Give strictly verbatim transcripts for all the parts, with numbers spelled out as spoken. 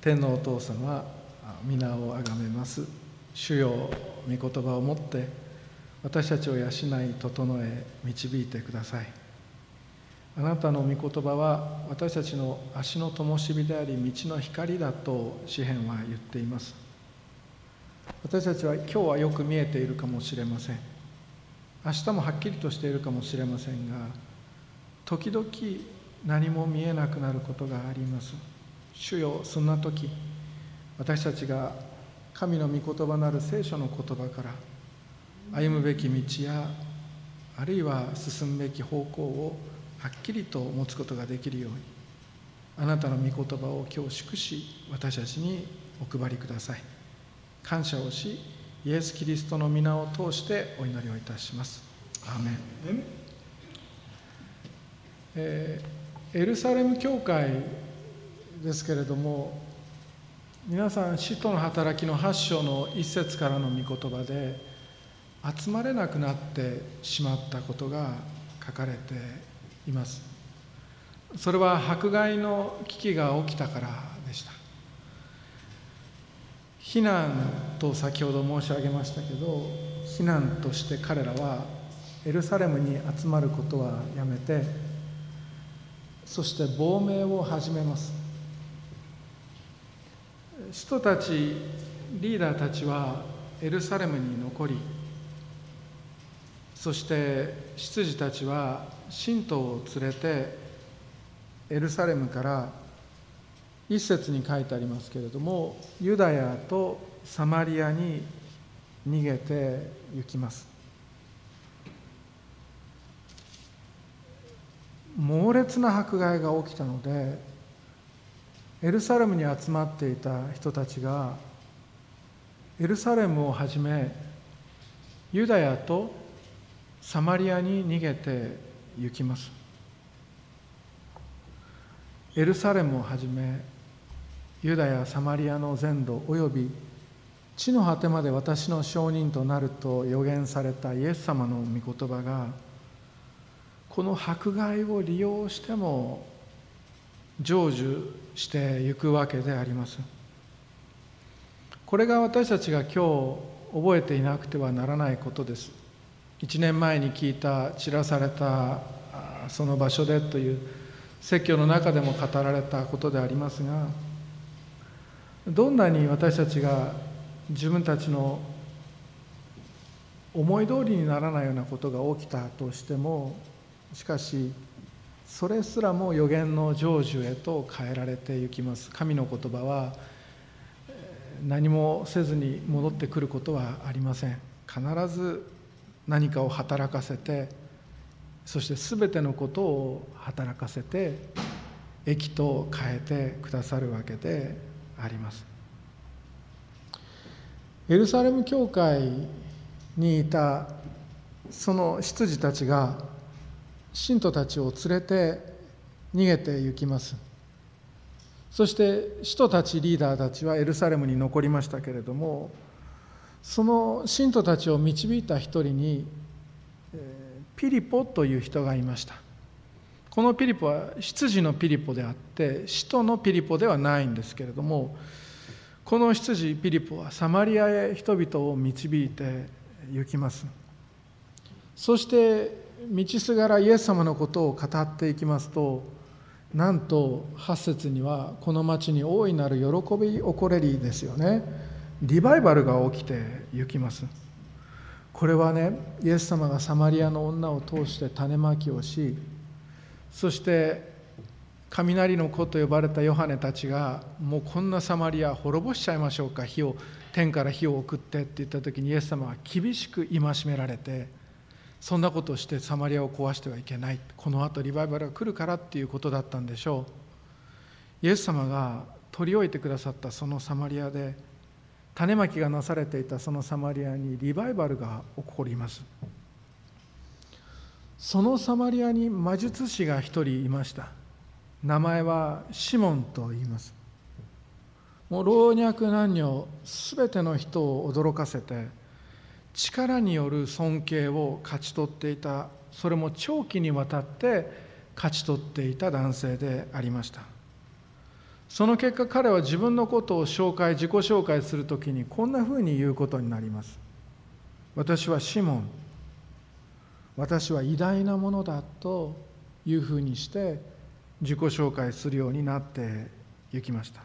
天のお父様、皆をあがめます。主よ、御言葉をもって私たちを養い整え導いてください。あなたの御言葉は私たちの足の灯火であり道の光だと詩編は言っています。私たちは今日はよく見えているかもしれません。明日もはっきりとしているかもしれませんが、時々何も見えなくなることがあります。主よ、そんな時、私たちが神の御言葉なる聖書の言葉から歩むべき道や、あるいは進むべき方向をはっきりと持つことができるように、あなたの御言葉を今日祝し、私たちにお配りください。感謝をし、イエス・キリストの皆を通してお祈りをいたします。アーメン。えー、エルサレム教会ですけれども、皆さん、使徒の働きのはち章の一節からの御言葉で、集まれなくなってしまったことが書かれています。それは迫害の危機が起きたからでした。避難と先ほど申し上げましたけど、避難として彼らはエルサレムに集まることはやめて、そして亡命を始めます。使徒たち、リーダーたちはエルサレムに残り、そして執事たちは信徒を連れてエルサレムから一節に書いてありますけれども、ユダヤとサマリアに逃げて行きます。猛烈な迫害が起きたので、エルサレムに集まっていた人たちがエルサレムをはじめユダヤとサマリアに逃げて行きます。エルサレムをはじめユダヤ・サマリアの全土および地の果てまで私の証人となると予言されたイエス様の御言葉が、この迫害を利用しても成就していくわけであります。これが私たちが今日覚えていなくてはならないことです。一年前に聞いた散らされたその場所でという説教の中でも語られたことでありますが、どんなに私たちが自分たちの思い通りにならないようなことが起きたとしても、しかしそれすらも予言の成就へと変えられていきます。神の言葉は何もせずに戻ってくることはありません。必ず何かを働かせて、そして全てのことを働かせて益と変えてくださるわけであります。エルサレム教会にいたその執事たちが信徒たちを連れて逃げて行きます。そして使徒たち、リーダーたちはエルサレムに残りましたけれども、その信徒たちを導いた一人にピリポという人がいました。このピリポは執事のピリポであって使徒のピリポではないんですけれども、この執事ピリポはサマリアへ人々を導いて行きます。そして道すがらイエス様のことを語っていきますと、なんとはち節にはこの町に大いなる喜び起これりですよね。リバイバルが起きて行きます。これはね、イエス様がサマリアの女を通して種まきをし、そして雷の子と呼ばれたヨハネたちが、もうこんなサマリア滅ぼしちゃいましょうか、火を天から火を送ってって言った時に、イエス様は厳しく戒められて、そんなことをしてサマリアを壊してはいけない、このあとリバイバルが来るからっていうことだったんでしょう。イエス様が取り置いてくださったそのサマリアで、種まきがなされていたそのサマリアにリバイバルが起こります。そのサマリアに魔術師が一人いました。名前はシモンと言います。もう老若男女すべての人を驚かせて、力による尊敬を勝ち取っていた、それも長期にわたって勝ち取っていた男性でありました。 その結果、彼は自分のことを紹介自己紹介するときにこんなふうに言うことになります。私はシモン、私は偉大なものだというふうにして自己紹介するようになっていきました。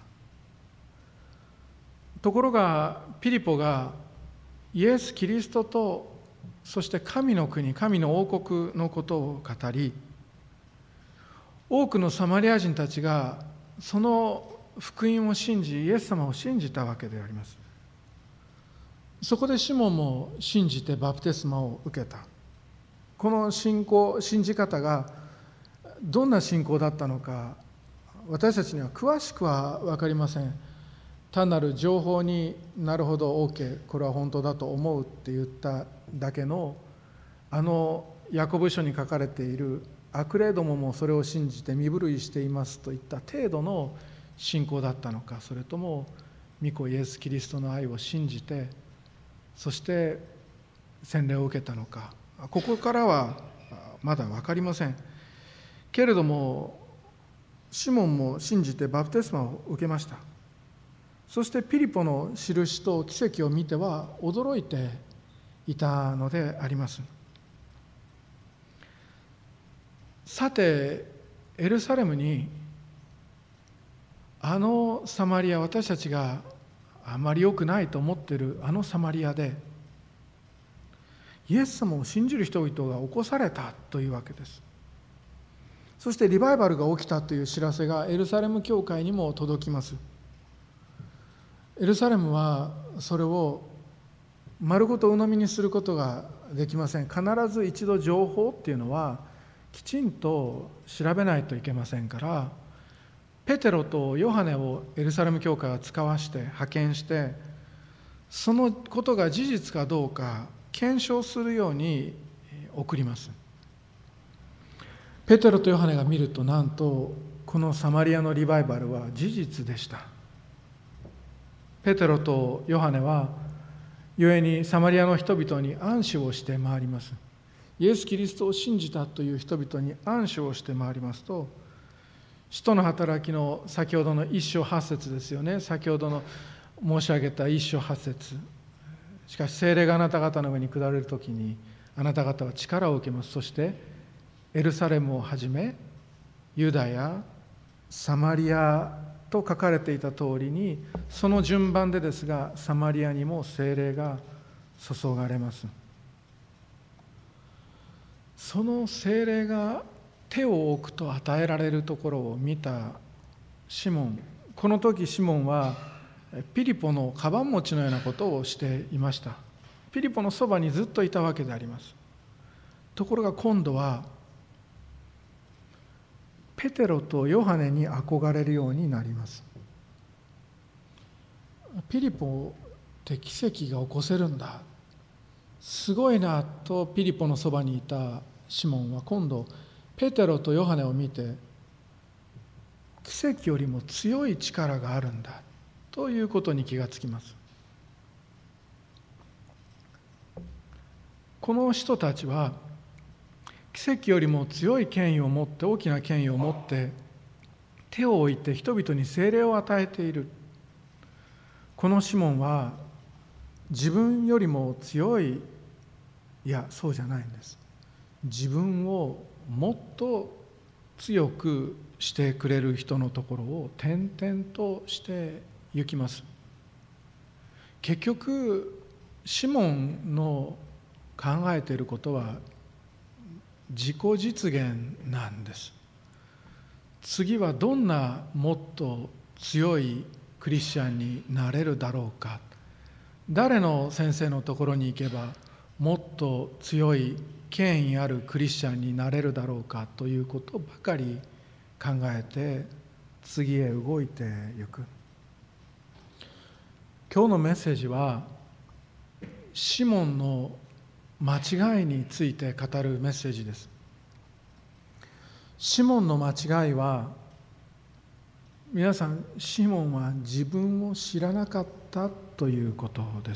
ところがピリポがイエス・キリストと、そして神の国、神の王国のことを語り、多くのサマリア人たちがその福音を信じ、イエス様を信じたわけであります。そこでシモンも信じてバプテスマを受けた。この信仰、信じ方がどんな信仰だったのか、私たちには詳しくは分かりません。単なる情報になるほど OK、これは本当だと思うって言っただけの、あのヤコブ書に書かれている悪霊どももそれを信じて身震いしていますといった程度の信仰だったのか、それとも御子イエス・キリストの愛を信じて、そして洗礼を受けたのか、ここからはまだ分かりませんけれども、シモンも信じてバプテスマを受けました。そしてピリポの印と奇跡を見ては驚いていたのであります。さてエルサレムにあのサマリア、私たちがあまり良くないと思っているあのサマリアでイエス様を信じる人々が起こされたというわけです。そしてリバイバルが起きたという知らせがエルサレム教会にも届きます。エルサレムはそれを丸ごと鵜呑みにすることができません。必ず一度情報っていうのはきちんと調べないといけませんから、ペテロとヨハネをエルサレム教会は使わして派遣して、そのことが事実かどうか検証するように送ります。ペテロとヨハネが見ると、なんとこのサマリアのリバイバルは事実でした。ペテロとヨハネは故にサマリアの人々に暗示をして回ります。イエス・キリストを信じたという人々に暗示をして回りますと、使徒の働きの先ほどの一章八節ですよね。先ほどの申し上げた一章八節。しかし聖霊があなた方の上に下られるときに、あなた方は力を受けます。そしてエルサレムをはじめユダヤ、サマリアと書かれていた通りに、その順番でですがサマリアにも聖霊が注がれます。その聖霊が手を置くと与えられるところを見たシモン、この時シモンはピリポのカバン持ちのようなことをしていました。ピリポのそばにずっといたわけであります。ところが今度はペテロとヨハネに憧れるようになります。ピリポって奇跡が起こせるんだ、すごいなとピリポのそばにいたシモンは今度ペテロとヨハネを見て、奇跡よりも強い力があるんだということに気がつきます。この人たちは奇跡よりも強い権威を持って、大きな権威を持って手を置いて人々に聖霊を与えている。このシモンは自分よりも強い、いやそうじゃないんです。自分をもっと強くしてくれる人のところを転々として行きます。結局シモンの考えていることは自己実現なんです。次はどんなもっと強いクリスチャンになれるだろうか、誰の先生のところに行けばもっと強い権威あるクリスチャンになれるだろうかということばかり考えて次へ動いていく。今日のメッセージはシモンの間違いについて語るメッセージです。シモンの間違いは、皆さん、シモンは自分を知らなかったということです。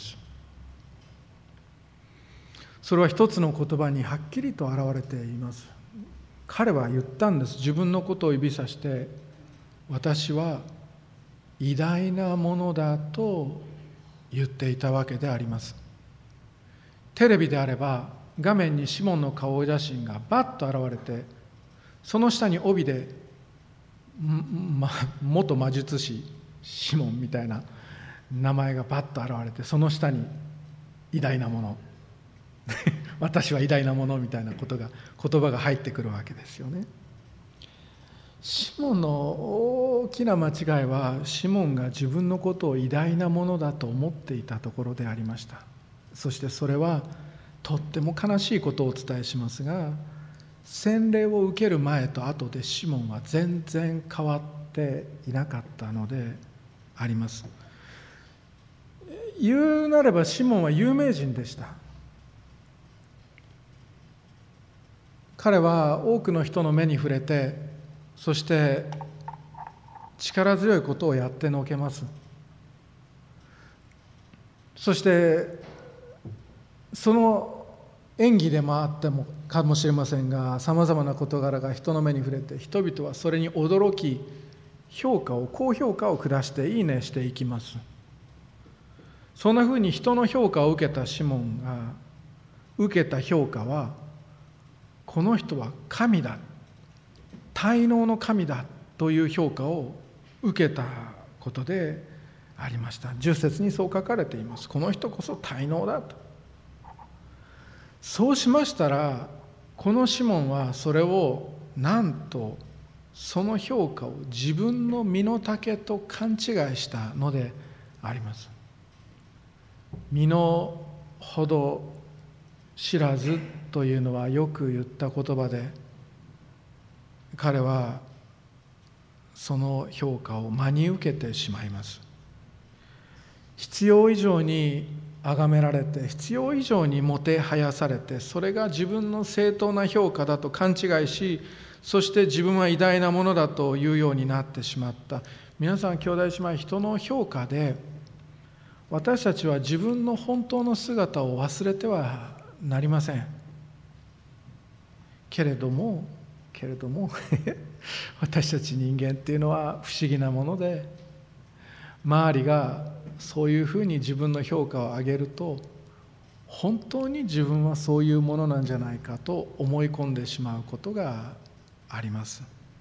それは一つの言葉にはっきりと表れています。彼は言ったんです。自分のことを指さして、私は偉大なものだと言っていたわけであります。テレビであれば画面にシモンの顔写真がバッと現れて、その下に帯で、ま、元魔術師シモンみたいな名前がバッと現れて、その下に偉大なもの私は偉大なものみたいなことが言葉が入ってくるわけですよね。シモンの大きな間違いは、シモンが自分のことを偉大なものだと思っていたところでありました。そしてそれはとっても悲しいことをお伝えしますが、洗礼を受ける前と後でシモンは全然変わっていなかったのであります。言うなればシモンは有名人でした。彼は多くの人の目に触れて、そして力強いことをやってのけます。そしてその演技でもあってもかもしれませんが、さまざまな事柄が人の目に触れて、人々はそれに驚き、評価を高評価を下していいねしていきます。そんなふうに人の評価を受けたシモンが受けた評価は、この人は神だ、大能の神だという評価を受けたことでありました。じゅっ節にそう書かれています。この人こそ大能だと。そうしましたら、このシモンはそれをなんとその評価を自分の身の丈と勘違いしたのであります。身の程知らずというのはよく言った言葉で、彼はその評価を真に受けてしまいます。必要以上に崇められて、必要以上にもてはやされて、それが自分の正当な評価だと勘違いし、そして自分は偉大なものだというようになってしまった。皆さん兄弟姉妹、人の評価で私たちは自分の本当の姿を忘れてはなりません。けれどもけれども私たち人間っていうのは不思議なもので、周りがそういうふうに自分の評価を上げると、本当に自分はそういうものなんじゃないかと思い込んでしまうことがあります。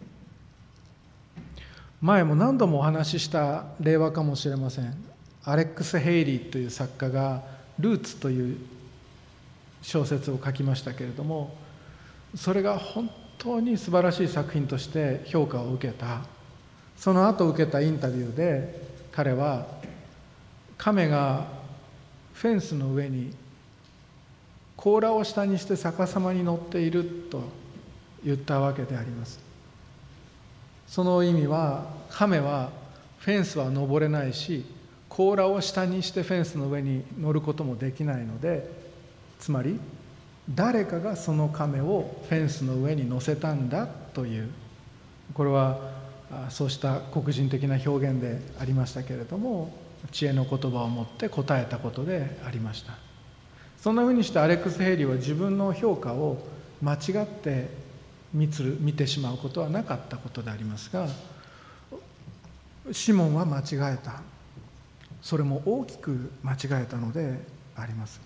前も何度もお話しした例話かもしれません。アレックス・ヘイリーという作家がルーツという小説を書きましたけれども、それが本当に素晴らしい作品として評価を受けた。その後受けたインタビューで彼は、亀がフェンスの上に甲羅を下にして逆さまに乗っていると言ったわけであります。その意味は、亀はフェンスは登れないし、甲羅を下にしてフェンスの上に乗ることもできないので、つまり誰かがその亀をフェンスの上に乗せたんだという、これはそうした黒人的な表現でありましたけれども、知恵の言葉を持って答えたことでありました。そんなふうにしてアレックス・ヘイリーは自分の評価を間違って見つる見てしまうことはなかったことでありますが、シモンは間違えた。それも大きく間違えたのであります。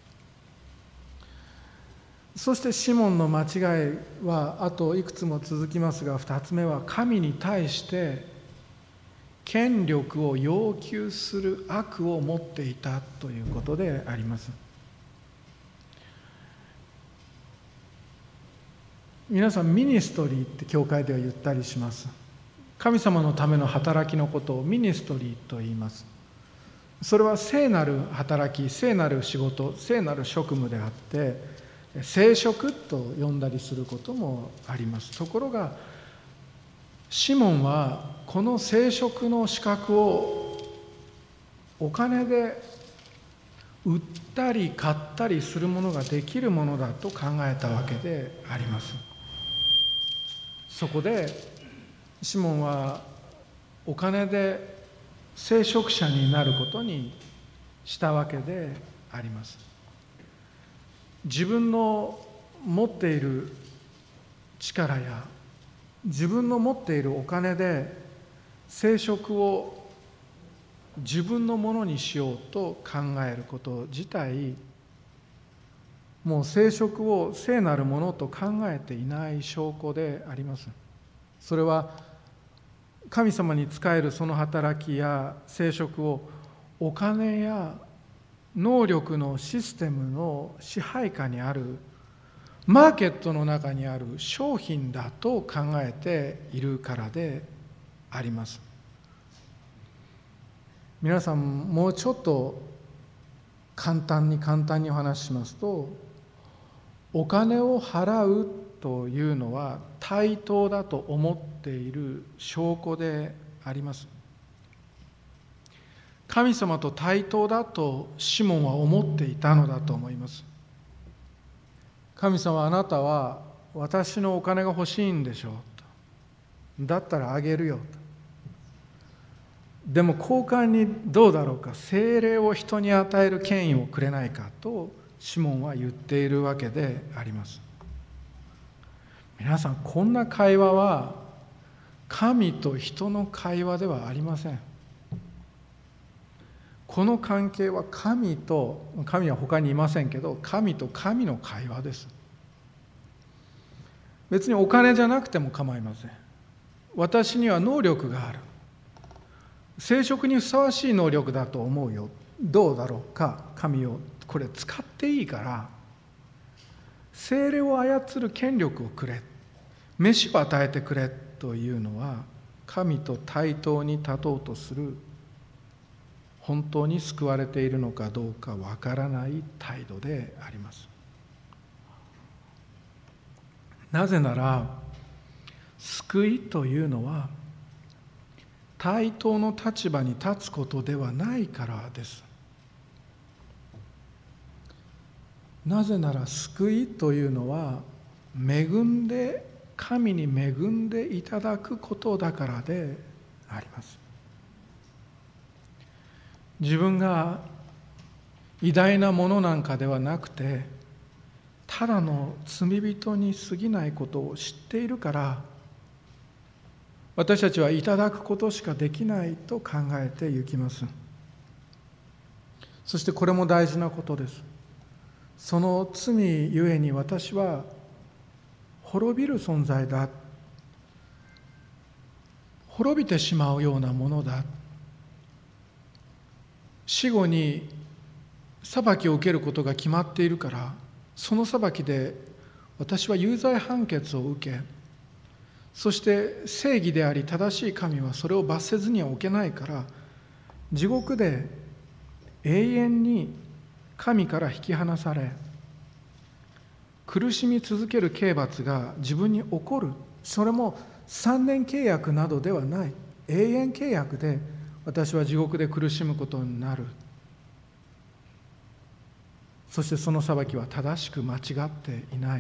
そしてシモンの間違いはあといくつも続きますが、二つ目は神に対して権力を要求する悪を持っていたということであります。皆さん、ミニストリーって教会では言ったりします。神様のための働きのことをミニストリーと言います。それは聖なる働き、聖なる仕事、聖なる職務であって、聖職と呼んだりすることもあります。ところがシモンはこの聖職の資格をお金で売ったり買ったりするものができるものだと考えたわけであります。そこでシモンはお金で聖職者になることにしたわけであります。自分の持っている力や自分の持っているお金で聖職を自分のものにしようと考えること自体、もう聖職を聖なるものと考えていない証拠であります。それは神様に仕えるその働きや聖職をお金や能力のシステムの支配下にあるマーケットの中にある商品だと考えているからであります。皆さん、もうちょっと簡単に簡単にお話ししますと、お金を払うというのは対等だと思っている証拠であります。神様と対等だとシモンは思っていたのだと思います。神様、あなたは私のお金が欲しいんでしょうと。だったらあげるよと。でも交換にどうだろうか、聖霊を人に与える権威をくれないかとシモンは言っているわけであります。皆さん、こんな会話は神と人の会話ではありません。この関係は神と、神は他にいませんけど、神と神の会話です。別にお金じゃなくても構いません。私には能力がある。聖職にふさわしい能力だと思うよ。どうだろうか、神をこれ使っていいから聖霊を操る権力をくれ、飯を与えてくれというのは、神と対等に立とうとする、本当に救われているのかどうかわからない態度であります。なぜなら、救いというのは対等の立場に立つことではないからです。なぜなら、救いというのは恵んで神に恵んでいただくことだからであります。自分が偉大なものなんかではなくて、ただの罪人に過ぎないことを知っているから、私たちはいただくことしかできないと考えてゆきます。そしてこれも大事なことです。その罪ゆえに私は滅びる存在だ、滅びてしまうようなものだ、死後に裁きを受けることが決まっているから、その裁きで私は有罪判決を受け、そして正義であり正しい神はそれを罰せずには置けないから、地獄で永遠に神から引き離され、苦しみ続ける刑罰が自分に起こる。それもさんねん契約などではない、永遠契約で私は地獄で苦しむことになる。そしてその裁きは正しく間違っていない。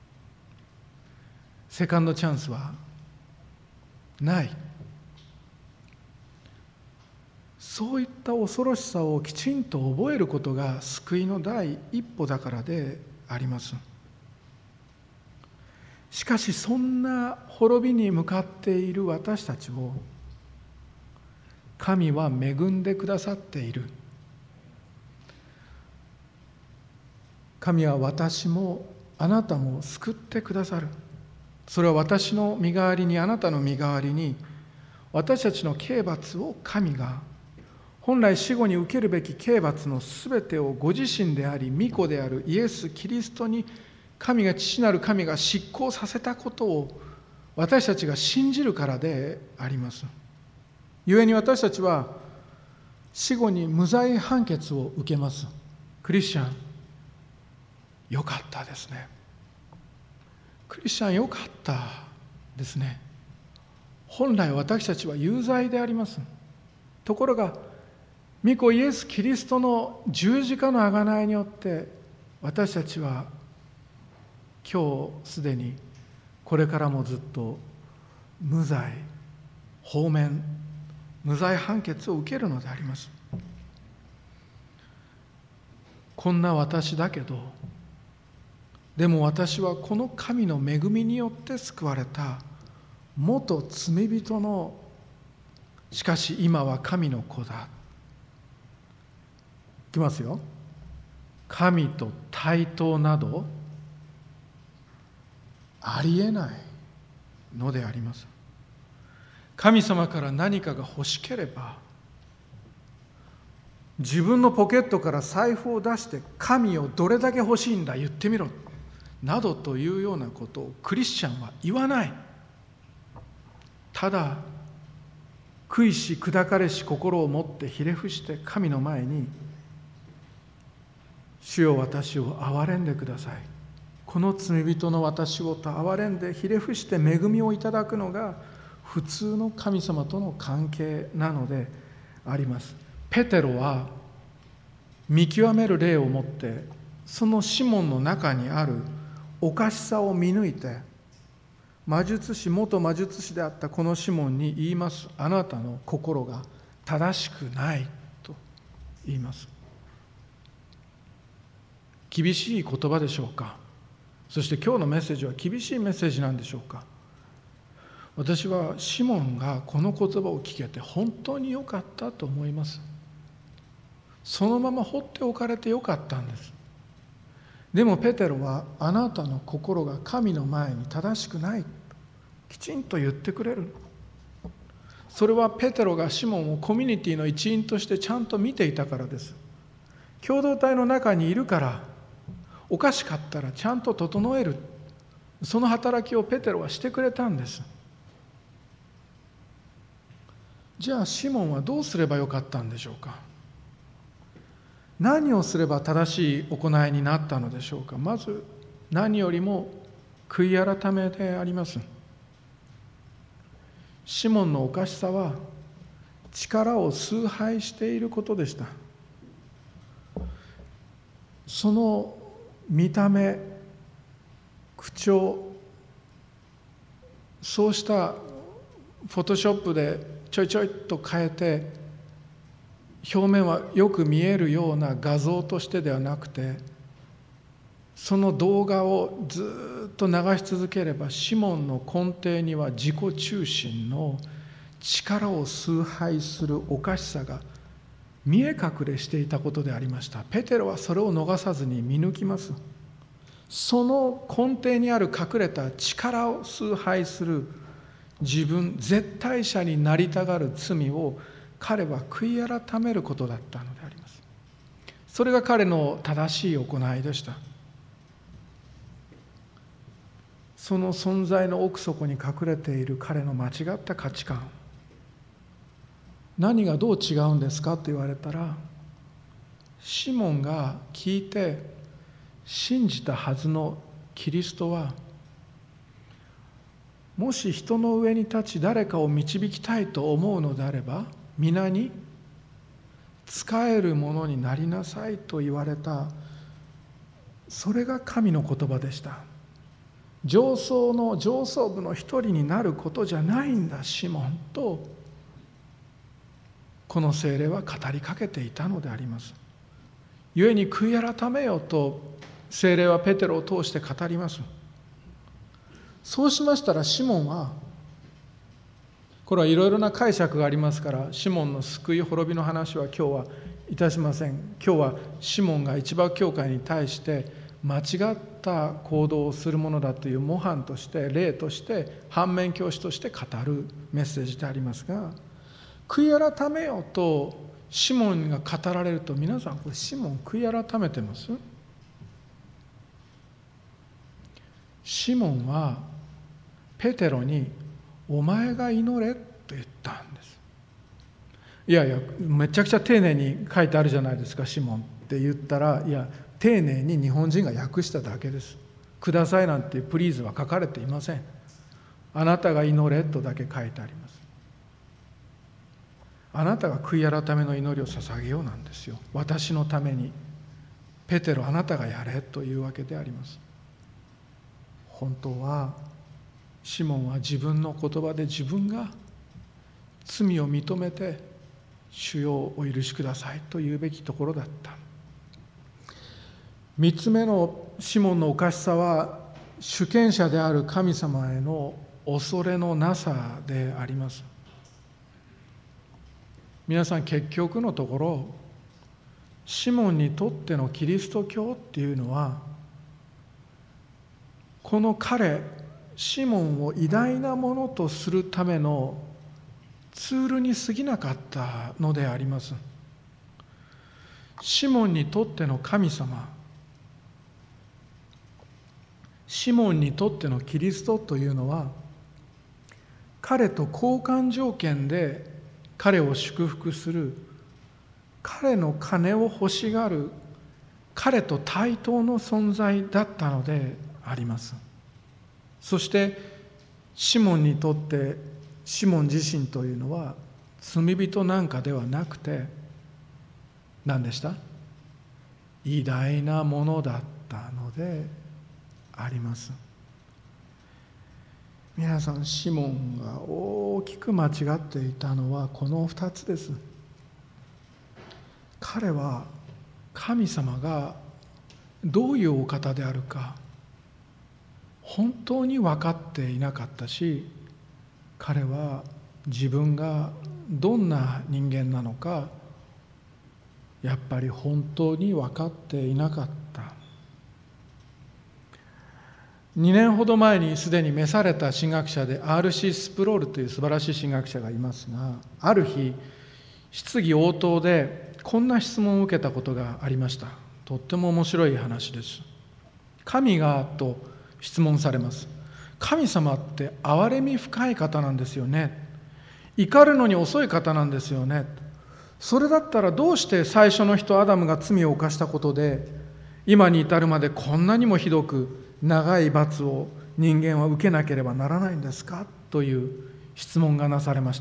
セカンドチャンスはない。そういった恐ろしさをきちんと覚えることが救いの第一歩だからであります。しかし、そんな滅びに向かっている私たちを神は恵んでくださっている。神は私もあなたも救ってくださる。それは私の身代わりに、あなたの身代わりに、私たちの刑罰を神が、本来死後に受けるべき刑罰のすべてをご自身であり御子であるイエス・キリストに、神が、父なる神が執行させたことを私たちが信じるからであります。故に私たちは死後に無罪判決を受けます。クリスチャン、よかったですね。クリスチャン、よかったですね。本来私たちは有罪であります。ところが御子イエス・キリストの十字架の贖いによって私たちは今日すでに、これからもずっと無罪放免、無罪判決を受けるのであります。こんな私だけど、でも私はこの神の恵みによって救われた元罪人の、しかし今は神の子だ。 きますよ。神と対等などありえないのであります。神様から何かが欲しければ、自分のポケットから財布を出して神をどれだけ欲しいんだ言ってみろなどというようなことをクリスチャンは言わない。ただ悔いし砕かれし心を持ってひれ伏して神の前に、主よ私を憐れんでください、この罪人の私をと憐れんでひれ伏して恵みをいただくのが普通の神様との関係なのであります。ペテロは見極める霊を持って、そのシモンの中にあるおかしさを見抜いて、魔術師元魔術師であったこのシモンに言います。あなたの心が正しくないと言います。厳しい言葉でしょうか。そして今日のメッセージは厳しいメッセージなんでしょうか。私はシモンがこの言葉を聞けて本当に良かったと思います。そのまま放っておかれて良かったんです。でもペテロはあなたの心が神の前に正しくないときちんと言ってくれる。それはペテロがシモンをコミュニティの一員としてちゃんと見ていたからです。共同体の中にいるから、おかしかったらちゃんと整える、その働きをペテロはしてくれたんです。じゃあシモンはどうすればよかったんでしょうか。何をすれば正しい行いになったのでしょうか。まず何よりも悔い改めであります。シモンのおかしさは力を崇拝していることでした。その見た目、口調、そうしたフォトショップでちょいちょいと変えて、表面はよく見えるような画像としてではなくて、その動画をずっと流し続ければ、シモンの根底には自己中心の力を崇拝するおかしさが見え隠れしていたことでありました。ペテロはそれを逃さずに見抜きます。その根底にある隠れた力を崇拝する自分、絶対者になりたがる罪を彼は悔い改めることだったのであります。それが彼の正しい行いでした。その存在の奥底に隠れている彼の間違った価値観、何がどう違うんですかと言われたら、シモンが聞いて信じたはずのキリストは、もし人の上に立ち誰かを導きたいと思うのであれば、皆に仕えるものになりなさいと言われた。それが神の言葉でした。上層の上層部の一人になることじゃないんだシモンと、この聖霊は語りかけていたのであります。故に悔い改めよと聖霊はペテロを通して語ります。そうしましたらシモンは、これはいろいろな解釈がありますから、シモンの救い滅びの話は今日はいたしません。今日はシモンが一番教会に対して間違った行動をするものだという模範として、例として反面教師として語るメッセージでありますが、悔い改めよとシモンが語られると、皆さんこれシモン悔い改めてます？シモンはペテロにお前が祈れと言ったんです。いやいや、めちゃくちゃ丁寧に書いてあるじゃないですか、シモンって言ったら、いや丁寧に日本人が訳しただけです。くださいなんていうプリーズは書かれていません。あなたが祈れとだけ書いてあります。あなたが悔い改めの祈りを捧げようなんですよ。私のためにペテロあなたがやれというわけであります。本当はシモンは自分の言葉で自分が罪を認めて、主よお許しくださいと言うべきところだった。三つ目のシモンのおかしさは、主権者である神様への恐れのなさであります。皆さん結局のところ、 シモンにとってのキリスト教っていうのは、この彼シモンを偉大なものとするためのツールに過ぎなかったのであります。シモンにとっての神様、シモンにとってのキリストというのは、彼と交換条件で彼を祝福する、彼の金を欲しがる彼と対等の存在だったのであります。そしてシモンにとってシモン自身というのは罪人なんかではなくて、何でした？偉大なものだったのであります。皆さん、シモンが大きく間違っていたのはこの二つです。彼は神様がどういうお方であるか本当に分かっていなかったし、彼は自分がどんな人間なのかやっぱり本当に分かっていなかった。にねんほど前にすでに召された神学者で アールシー スプロールという素晴らしい神学者がいますが、ある日質疑応答でこんな質問を受けたことがありました。とっても面白い話です。神がと質問されます。神様って憐れみ深い方なんですよね。怒るのに遅い方なんですよね。それだったらどうして最初の人アダムが罪を犯したことで今に至るまでこんなにもひどく長い罰を人間は受けなければならないんですかという質問がなされました。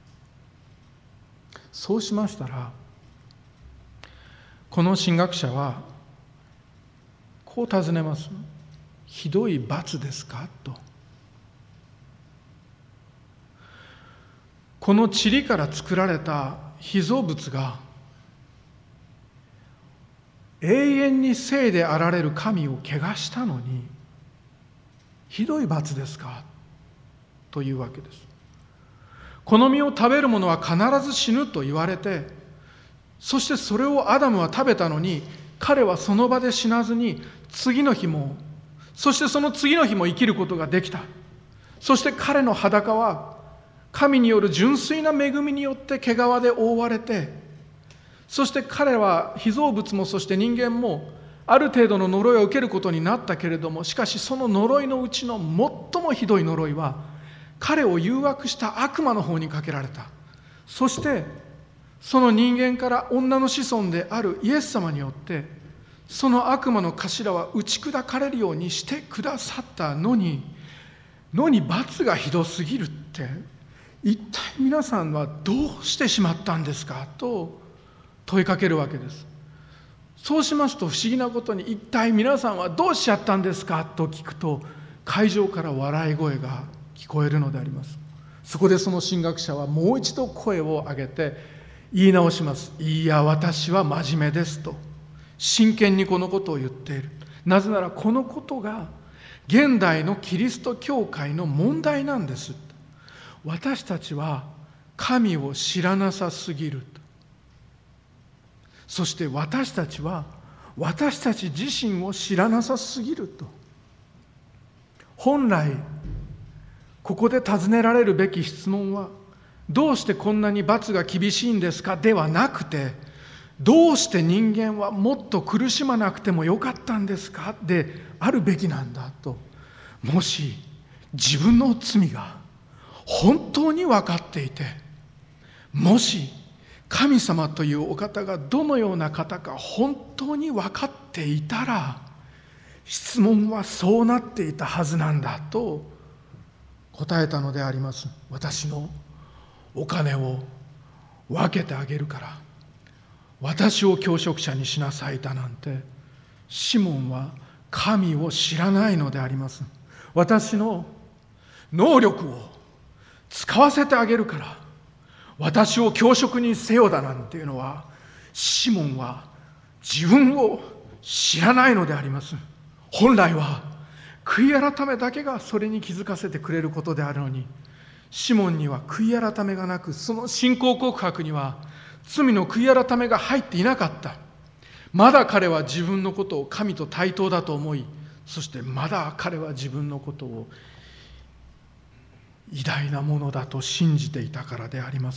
そうしましたら、この神学者はこう尋ねます。ひどい罰ですかと。この塵から作られた被造物が永遠に聖であられる神を汚したのにひどい罰ですかというわけです。この実を食べる者は必ず死ぬと言われて、そしてそれをアダムは食べたのに彼はその場で死なずに次の日も、そしてその次の日も生きることができた。そして彼の裸は神による純粋な恵みによって毛皮で覆われて、そして彼は被造物もそして人間もある程度の呪いを受けることになったけれども、しかしその呪いのうちの最もひどい呪いは彼を誘惑した悪魔の方にかけられた。そしてその人間から女の子孫であるイエス様によってその悪魔の頭は打ち砕かれるようにしてくださったのにのに罰がひどすぎるって、一体皆さんはどうしてしまったんですかと問いかけるわけです。そうしますと不思議なことに、一体皆さんはどうしちゃったんですかと聞くと会場から笑い声が聞こえるのであります。そこでその神学者はもう一度声を上げて言い直します。いや、私は真面目ですと真剣にこのことを言っている。なぜならこのことが現代のキリスト教会の問題なんです。私たちは神を知らなさすぎる。そして私たちは私たち自身を知らなさすぎると。本来ここで尋ねられるべき質問は、どうしてこんなに罰が厳しいんですかではなくて、どうして人間はもっと苦しまなくてもよかったんですかであるべきなんだと。もし自分の罪が本当に分かっていて、もし神様というお方がどのような方か本当に分かっていたら、質問はそうなっていたはずなんだと答えたのであります。私のお金を分けてあげるから私を教職者にしなさいだなんて、シモンは神を知らないのであります。私の能力を使わせてあげるから私を教職にせよだなんていうのは、シモンは自分を知らないのであります。本来は悔い改めだけがそれに気づかせてくれることであるのに、シモンには悔い改めがなく、その信仰告白には罪の悔い改めが入っていなかった。 まだ彼は自分のことを神と対等だと思い、そしてまだ彼は自分のことを偉大なものだと信じていたからであります。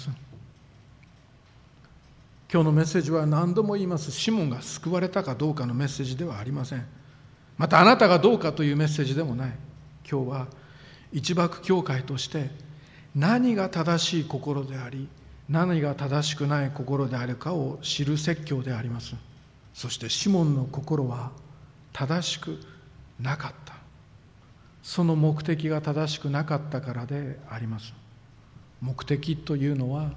今日のメッセージは何度も言います。シモンが救われたかどうかのメッセージではありません。またあなたがどうかというメッセージでもない。今日は一幕教会として何が正しい心であり、何が正しくない心であるかを知る説教であります。そしてシモンの心は正しくなかった。その目的が正しくなかったからであります。目的というのは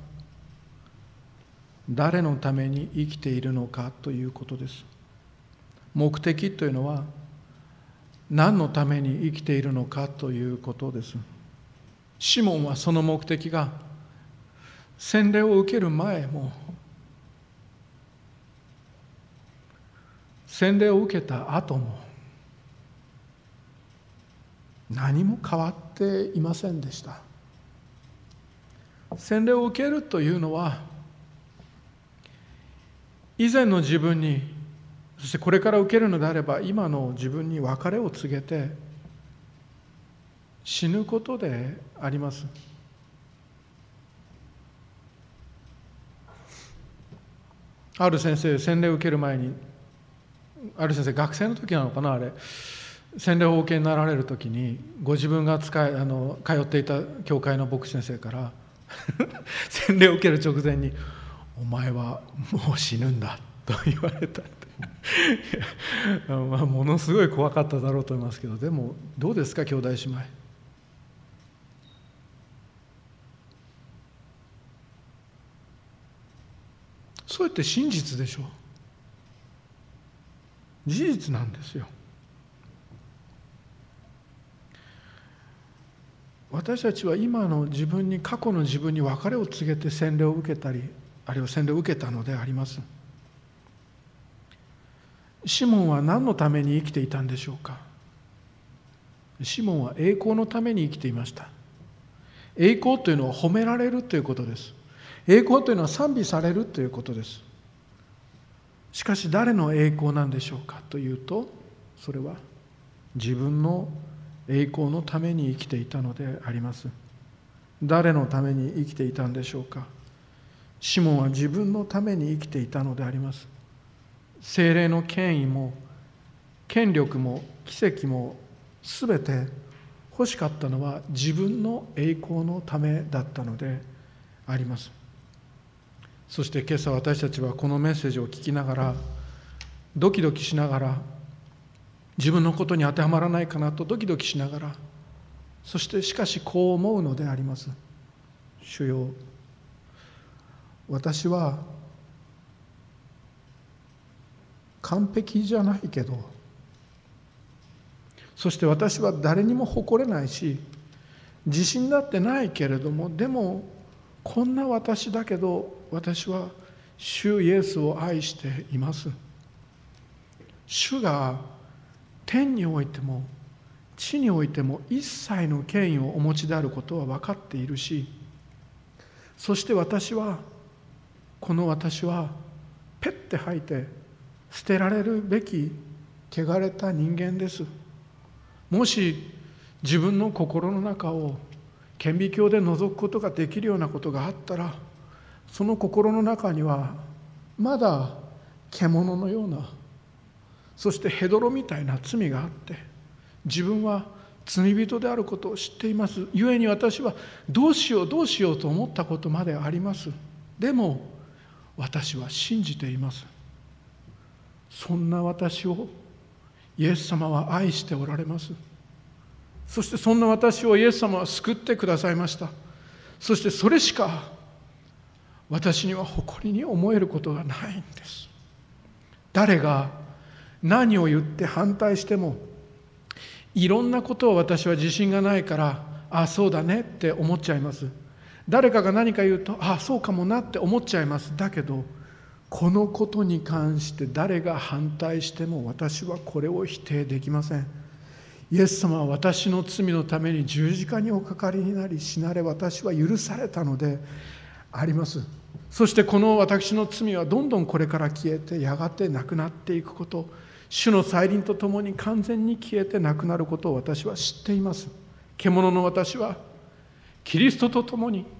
誰のために生きているのかということです。目的というのは何のために生きているのかということです。シモンはその目的が洗礼を受ける前も洗礼を受けた後も何も変わっていませんでした。洗礼を受けるというのは以前の自分に、そしてこれから受けるのであれば今の自分に別れを告げて死ぬことであります。ある先生、洗礼を受ける前に、ある先生、学生の時なのかな、あれ洗礼をお受けになられる時にご自分が使いあの通っていた教会の牧師先生から洗礼を受ける直前にお前はもう死ぬんだと言われたまあ、ものすごい怖かっただろうと思いますけど、でもどうですか兄弟姉妹。そうやって真実でしょう。事実なんですよ。私たちは今の自分に、過去の自分に別れを告げて洗礼を受けたり、あるいは洗礼を受けたのであります。シモンは何のために生きていたんでしょうか。シモンは栄光のために生きていました。栄光というのは褒められるということです。栄光というのは賛美されるということです。しかし誰の栄光なんでしょうかというと、それは自分の栄光のために生きていたのであります。誰のために生きていたんでしょうか。シモンは自分のために生きていたのであります。聖霊の権威も権力も奇跡もすべて欲しかったのは自分の栄光のためだったのであります。そして今朝私たちはこのメッセージを聞きながらドキドキしながら、自分のことに当てはまらないかなとドキドキしながら、そしてしかしこう思うのであります。主よ、私は完璧じゃないけど、そして私は誰にも誇れないし自信だってないけれども、でもこんな私だけど私は主イエスを愛しています。主が天においても地においても一切の権威をお持ちであることは分かっているし、そして私はこの私はペッて吐いて捨てられるべき汚れた人間です。もし自分の心の中を顕微鏡で覗くことができるようなことがあったら、その心の中にはまだ獣のような、そしてヘドロみたいな罪があって、自分は罪人であることを知っています。故に私はどうしようどうしようと思ったことまであります。でも私は信じています。そんな私をイエス様は愛しておられます。そしてそんな私をイエス様は救ってくださいました。そしてそれしか私には誇りに思えることがないんです。誰が何を言って反対しても、いろんなことを私は自信がないから、ああそうだねって思っちゃいます。誰かが何か言うと、ああそうかもなって思っちゃいます。だけどこのことに関して誰が反対しても私はこれを否定できません。イエス様は私の罪のために十字架におかかりになり、死なれ私は許されたのであります。 そしてこの私の罪はどんどんこれから消えて、やがてなくなっていくこと、主の再臨とともに完全に消えてなくなることを私は知っています。獣の私はキリストとともに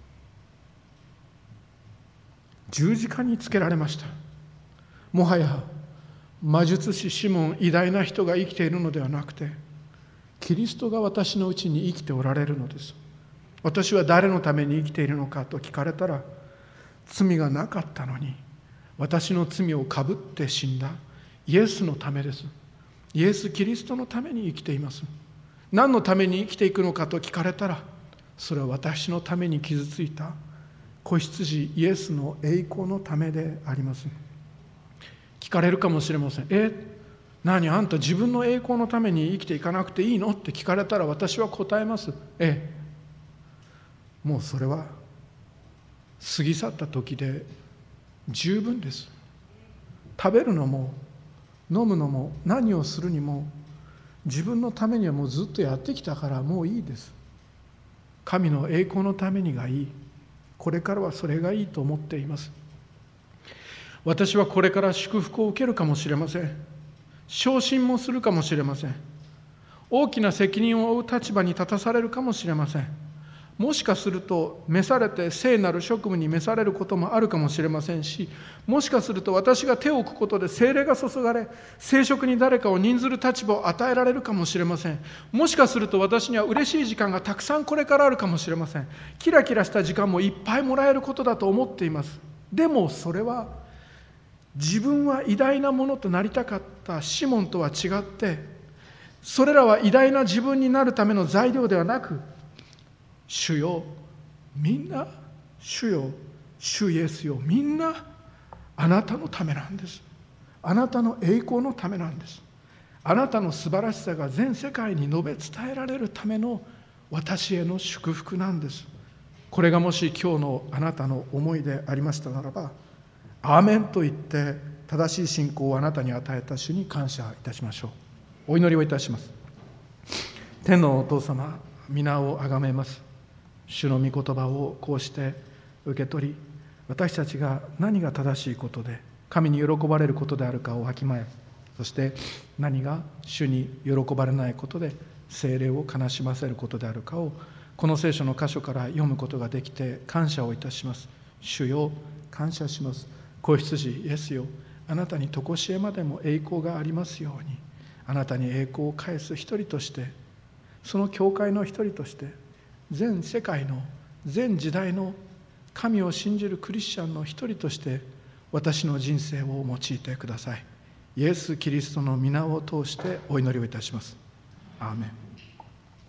十字架につけられました。もはや魔術師シモン、偉大な人が生きているのではなくて、キリストが私のうちに生きておられるのです。私は誰のために生きているのかと聞かれたら、罪がなかったのに私の罪をかぶって死んだイエスのためです。イエス・キリストのために生きています。何のために生きていくのかと聞かれたら、それは私のために傷ついた子羊イエスの栄光のためであります。聞かれるかもしれません。え、何、あんた自分の栄光のために生きていかなくていいのって聞かれたら、私は答えます。ええ、もうそれは過ぎ去った時で十分です。食べるのも飲むのも何をするにも自分のためにはもうずっとやってきたから、もういいです。神の栄光のためにがいい。これからはそれがいいと思っています。私はこれから祝福を受けるかもしれません。昇進もするかもしれません。大きな責任を負う立場に立たされるかもしれません。もしかすると召されて聖なる職務に召されることもあるかもしれませんし、もしかすると私が手を置くことで聖霊が注がれ、聖職に誰かを任ずる立場を与えられるかもしれません。もしかすると私には嬉しい時間がたくさんこれからあるかもしれません。キラキラした時間もいっぱいもらえることだと思っています。でもそれは自分は偉大なものとなりたかったシモンとは違って、それらは偉大な自分になるための材料ではなく、主よ、みんな、主よ、主イエスよ、みんなあなたのためなんです。あなたの栄光のためなんです。あなたの素晴らしさが全世界に述べ伝えられるための私への祝福なんです。これがもし今日のあなたの思いでありましたならば、アーメンと言って正しい信仰をあなたに与えた主に感謝いたしましょう。お祈りをいたします。天のお父様、皆をあがめます。主の御言葉をこうして受け取り、私たちが何が正しいことで神に喜ばれることであるかをわきまえ、そして何が主に喜ばれないことで聖霊を悲しませることであるかを、この聖書の箇所から読むことができて感謝をいたします。主よ、感謝します。子羊イエスよ、あなたに常しえまでも栄光がありますように、あなたに栄光を返す一人として、その教会の一人として、全世界の全時代の神を信じるクリスチャンの一人として私の人生を用いてください。イエス・キリストの皆を通してお祈りをいたします。アーメン。